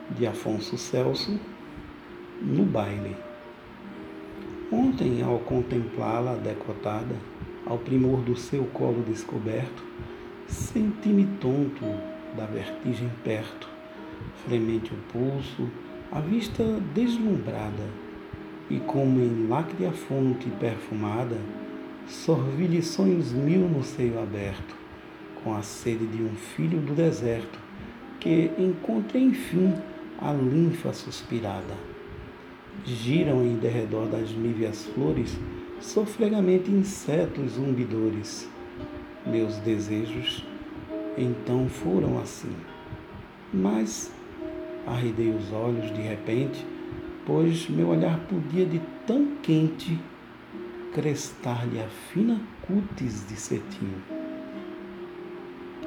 de Afonso Celso, no baile. Ontem, ao contemplá-la decotada, ao primor do seu colo descoberto, senti-me tonto da vertigem perto, fremente o pulso, a vista deslumbrada, e como em láctea fonte perfumada, sorvi-lhe sonhos mil no seio aberto, com a sede de um filho do deserto, que encontre enfim a linfa suspirada. Giram em derredor das níveas flores sofregamente insetos zumbidores. Meus desejos então foram assim. Mas arredei os olhos de repente, pois meu olhar podia de tão quente crestar-lhe a fina cútis de cetim.